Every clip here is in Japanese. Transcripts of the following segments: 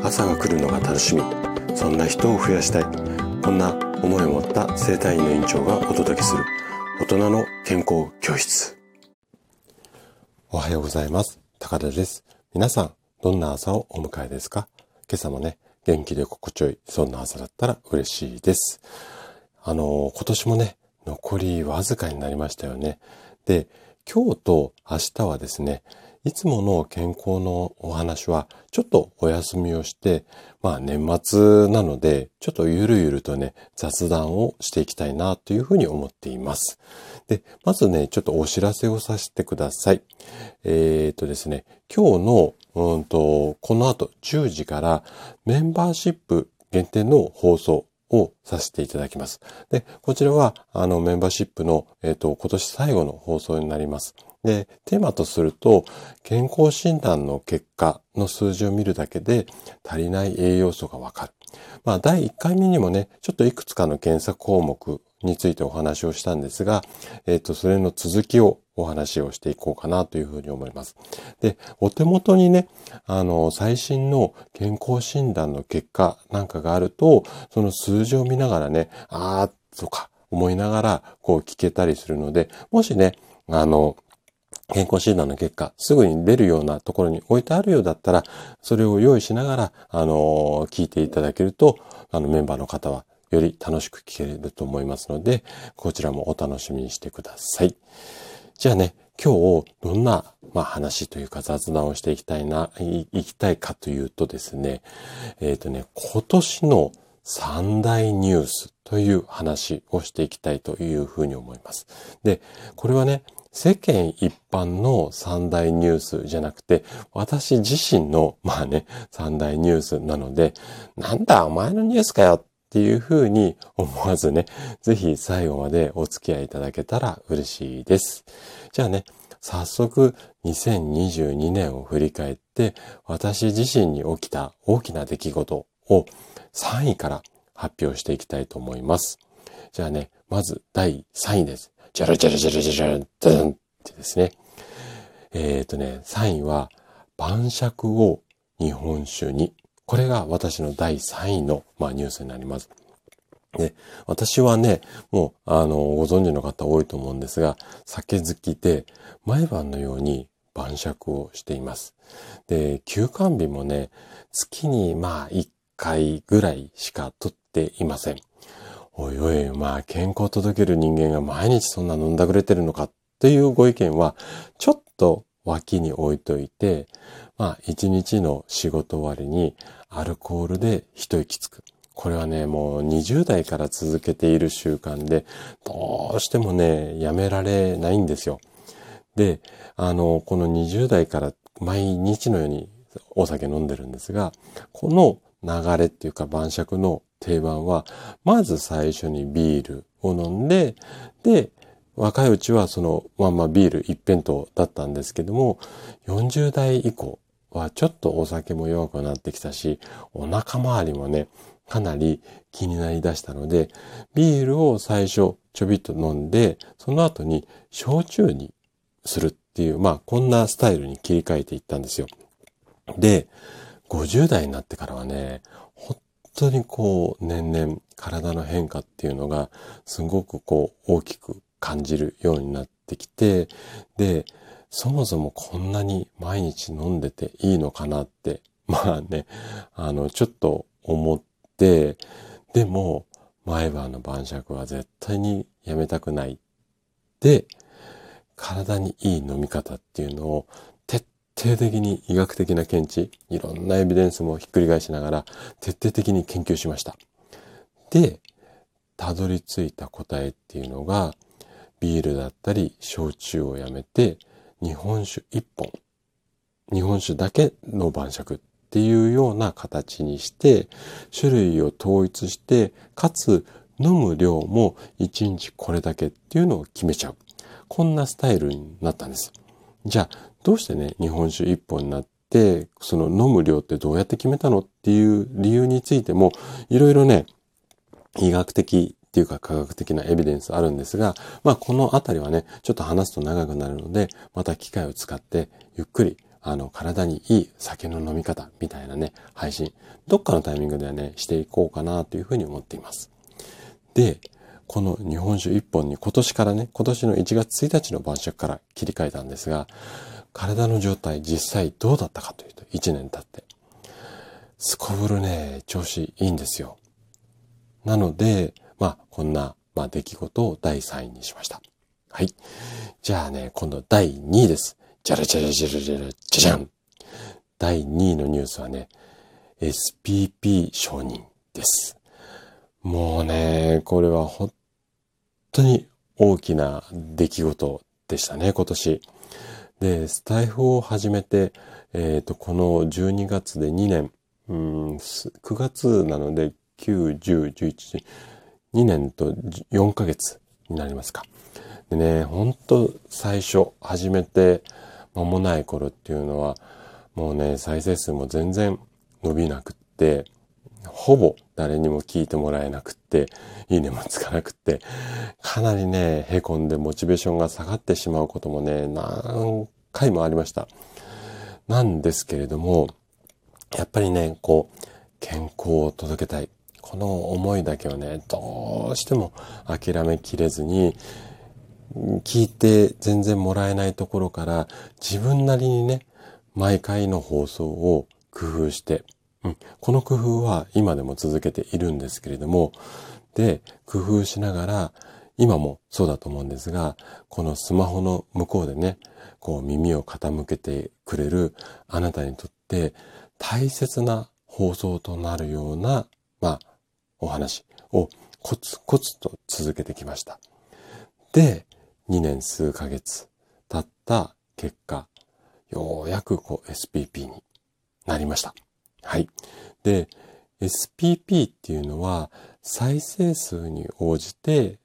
朝が来るのが楽しみ、そんな人を増やしたい、こんな思いを持った整体院の院長がお届けする大人の健康教室。おはようございます。高田です。皆さんどんな朝をお迎えですか？今朝もね、元気で心地よい、そんな朝だったら嬉しいです。今年もね、残りわずかになりましたよね。で、今日と明日はですね、いつもの健康のお話はちょっとお休みをして、年末なのでちょっとゆるゆるとね、雑談をしていきたいなというふうに思っています。で、まずね、ちょっとお知らせをさせてください。ですね、今日のこの後10時からメンバーシップ限定の放送をさせていただきます。で、こちらはメンバーシップの今年最後の放送になります。で、テーマとすると、健康診断の結果の数字を見るだけで足りない栄養素がわかる。第1回目にもね、ちょっといくつかの検索項目についてお話をしたんですが、それの続きをお話をしていこうかなというふうに思います。で、お手元にね、最新の健康診断の結果なんかがあると、その数字を見ながらね、とか思いながらこう聞けたりするので、もしね、健康診断の結果、すぐに出るようなところに置いてあるようだったら、それを用意しながら、聞いていただけると、メンバーの方はより楽しく聞けると思いますので、こちらもお楽しみにしてください。じゃあね、今日どんな、話というか雑談をしていきたいかというとですね、今年の三大ニュースという話をしていきたいというふうに思います。で、これはね、世間一般の三大ニュースじゃなくて、私自身の、三大ニュースなので、なんだお前のニュースかよっていうふうに思わずね、ぜひ最後までお付き合いいただけたら嬉しいです。じゃあね、早速2022年を振り返って、私自身に起きた大きな出来事を3位から発表していきたいと思います。じゃあね、まず第3位です。じゃらじゃらじゃらじゃらドンってですね。3位は晩酌を日本酒に。これが私の第3位の、ニュースになります。で、私はね、もう、ご存知の方多いと思うんですが、酒好きで、毎晩のように晩酌をしています。で、休肝日もね、月に1回ぐらいしか取っていません。おいおい、健康を届ける人間が毎日そんな飲んだくれてるのかっていうご意見は、ちょっと脇に置いといて、一日の仕事終わりにアルコールで一息つく。これはね、もう20代から続けている習慣で、どうしてもね、やめられないんですよ。で、この20代から毎日のようにお酒飲んでるんですが、この流れっていうか晩酌の定番は、まず最初にビールを飲んで、で、若いうちはそのビール一辺倒だったんですけども、40代以降はちょっとお酒も弱くなってきたし、お腹周りもね、かなり気になりだしたので、ビールを最初ちょびっと飲んで、その後に焼酎にするっていう、こんなスタイルに切り替えていったんですよ。で、50代になってからはね、本当に年々体の変化っていうのがすごく大きく感じるようになってきて、で、そもそもこんなに毎日飲んでていいのかなって、ちょっと思って、でも、毎晩の晩酌は絶対にやめたくない。で、体にいい飲み方っていうのを徹底的に医学的な見地、いろんなエビデンスもひっくり返しながら徹底的に研究しました。で、たどり着いた答えっていうのが、ビールだったり焼酎をやめて日本酒1本、日本酒だけの晩酌っていうような形にして、種類を統一して、かつ飲む量も1日これだけっていうのを決めちゃう。こんなスタイルになったんです。じゃあ、どうしてね、日本酒1本になって、その飲む量ってどうやって決めたのっていう理由についても、いろいろね、医学的っていうか科学的なエビデンスあるんですが、このあたりはね、ちょっと話すと長くなるので、また機会を使ってゆっくり体にいい酒の飲み方みたいなね、配信、どっかのタイミングではね、していこうかなというふうに思っています。で、この日本酒1本に今年の1月1日の晩酌から切り替えたんですが、体の状態実際どうだったかというと、1年経って。すこぶるね、調子いいんですよ。なので、こんな、出来事を第3位にしました。はい。じゃあね、今度第2位です。じゃらじゃらじゃらじゃらじゃじゃん。第2位のニュースはね、SPP 承認です。もうね、これは本当に大きな出来事でしたね、今年。で、スタイフを始めて、この12月で2年、9月なので、9、10、11、2年と4ヶ月になりますか。でね、ほんと最初始めて間もない頃っていうのは、もうね、再生数も全然伸びなくって、ほぼ誰にも聞いてもらえなくって、いいねもつかなくって、かなりね、凹んでモチベーションが下がってしまうこともね、何回もありました。なんですけれども、やっぱりね、健康を届けたい。この思いだけはね、どうしても諦めきれずに、聞いて全然もらえないところから自分なりにね、毎回の放送を工夫して、この工夫は今でも続けているんですけれども、で、工夫しながら、今もそうだと思うんですが、このスマホの向こうでね、耳を傾けてくれるあなたにとって大切な放送となるような、お話をコツコツと続けてきました。で、2年数ヶ月経った結果、ようやくSPP になりました。はい。で、SPP っていうのは再生数に応じて、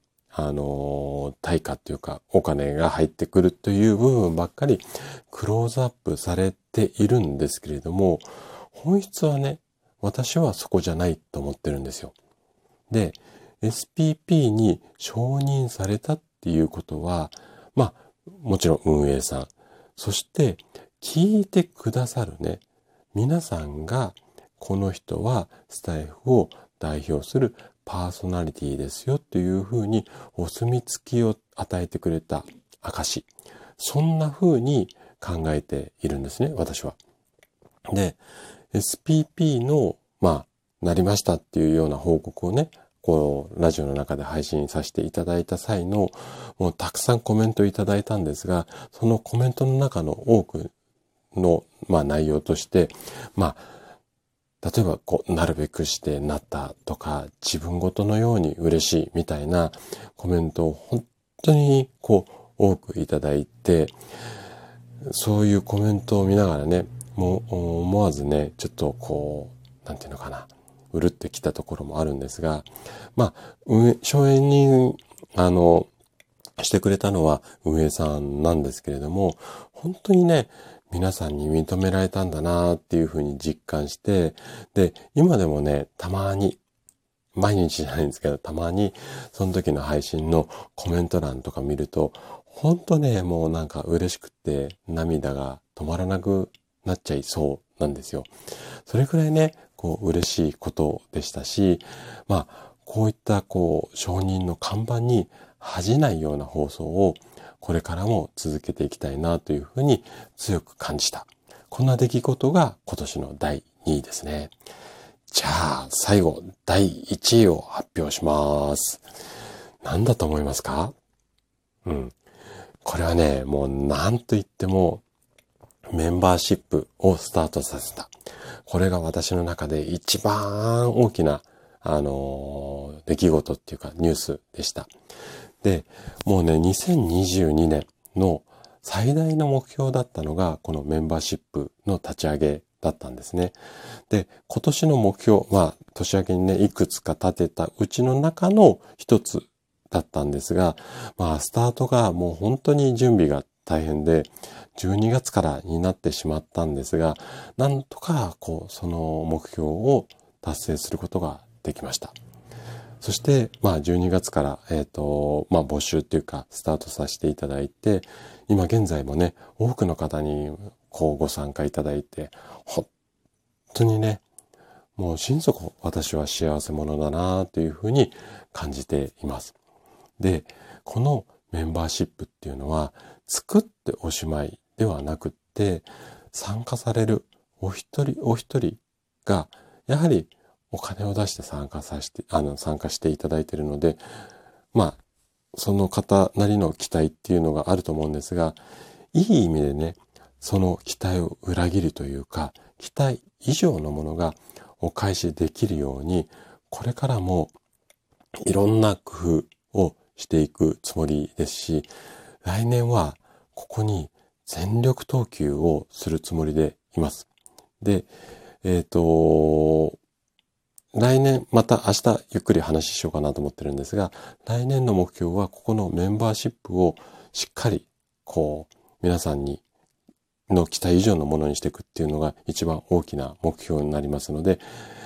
対価っていうかお金が入ってくるという部分ばっかりクローズアップされているんですけれども、本質はね、私はそこじゃないと思ってるんですよ。で、SPP に承認されたっていうことは、もちろん運営さん、そして聞いてくださるね、皆さんがこの人はスタイフを代表するパーソナリティですよというふうにお墨付きを与えてくれた証。そんなふうに考えているんですね、私は。で、SPP の、なりましたっていうような報告をね、ラジオの中で配信させていただいた際の、もうたくさんコメントいただいたんですが、そのコメントの中の多くの、内容として、例えばなるべくしてなったとか、自分ごとのように嬉しいみたいなコメントを本当に多くいただいて、そういうコメントを見ながらね、もう思わずね、ちょっとなんていうのかな、うるってきたところもあるんですが、承認してくれたのは運営さんなんですけれども、本当にね、皆さんに認められたんだなっていうふうに実感して、で、今でもね、たまに、毎日じゃないんですけど、たまにその時の配信のコメント欄とか見ると、本当ね、もうなんか嬉しくって涙が止まらなくなっちゃいそうなんですよ。それくらいね、嬉しいことでしたし、こういった承認の看板に恥じないような放送をこれからも続けていきたいなというふうに強く感じた。こんな出来事が今年の第2位ですね。じゃあ最後第1位を発表します。何だと思いますか？これはね、もう何と言ってもメンバーシップをスタートさせた。これが私の中で一番大きな、出来事っていうかニュースでした。で、もうね、2022年の最大の目標だったのが、このメンバーシップの立ち上げだったんですね。で、今年の目標、年明けにね、いくつか立てたうちの中の一つだったんですが、スタートがもう本当に準備が大変で、12月からになってしまったんですが、なんとかその目標を達成することができました。そして、12月から、募集っていうか、スタートさせていただいて、今現在もね、多くの方にご参加いただいて、本当にね、もう心底私は幸せ者だなというふうに感じています。で、このメンバーシップっていうのは作っておしまいではなくって、参加されるお一人お一人がやはりお金を出して参加していただいているので、その方なりの期待っていうのがあると思うんですが、いい意味でね、その期待を裏切るというか、期待以上のものがお返しできるように、これからもいろんな工夫をしていくつもりですし、来年はここに全力投球をするつもりでいます。で、来年また明日ゆっくり話しようかなと思ってるんですが、来年の目標はここのメンバーシップをしっかり皆さんの期待以上のものにしていくっていうのが一番大きな目標になりますので、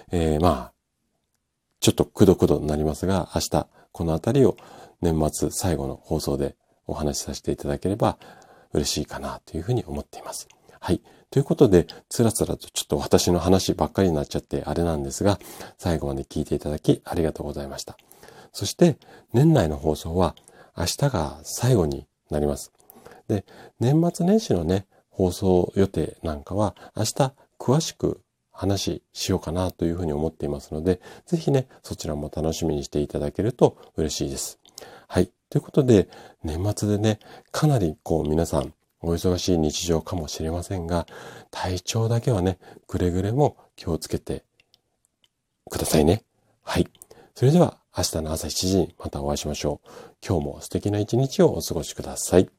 ちょっとくどくどになりますが、明日このあたりを年末最後の放送でお話しさせていただければ嬉しいかなというふうに思っています。はい。ということで、つらつらとちょっと私の話ばっかりになっちゃってあれなんですが、最後まで聞いていただきありがとうございました。そして、年内の放送は明日が最後になります。で、年末年始のね、放送予定なんかは明日詳しく話しようかなというふうに思っていますので、ぜひね、そちらも楽しみにしていただけると嬉しいです。はい。ということで、年末でね、かなり皆さん、お忙しい日常かもしれませんが、体調だけはね、くれぐれも気をつけてくださいね。はい。それでは明日の朝7時にまたお会いしましょう。今日も素敵な一日をお過ごしください。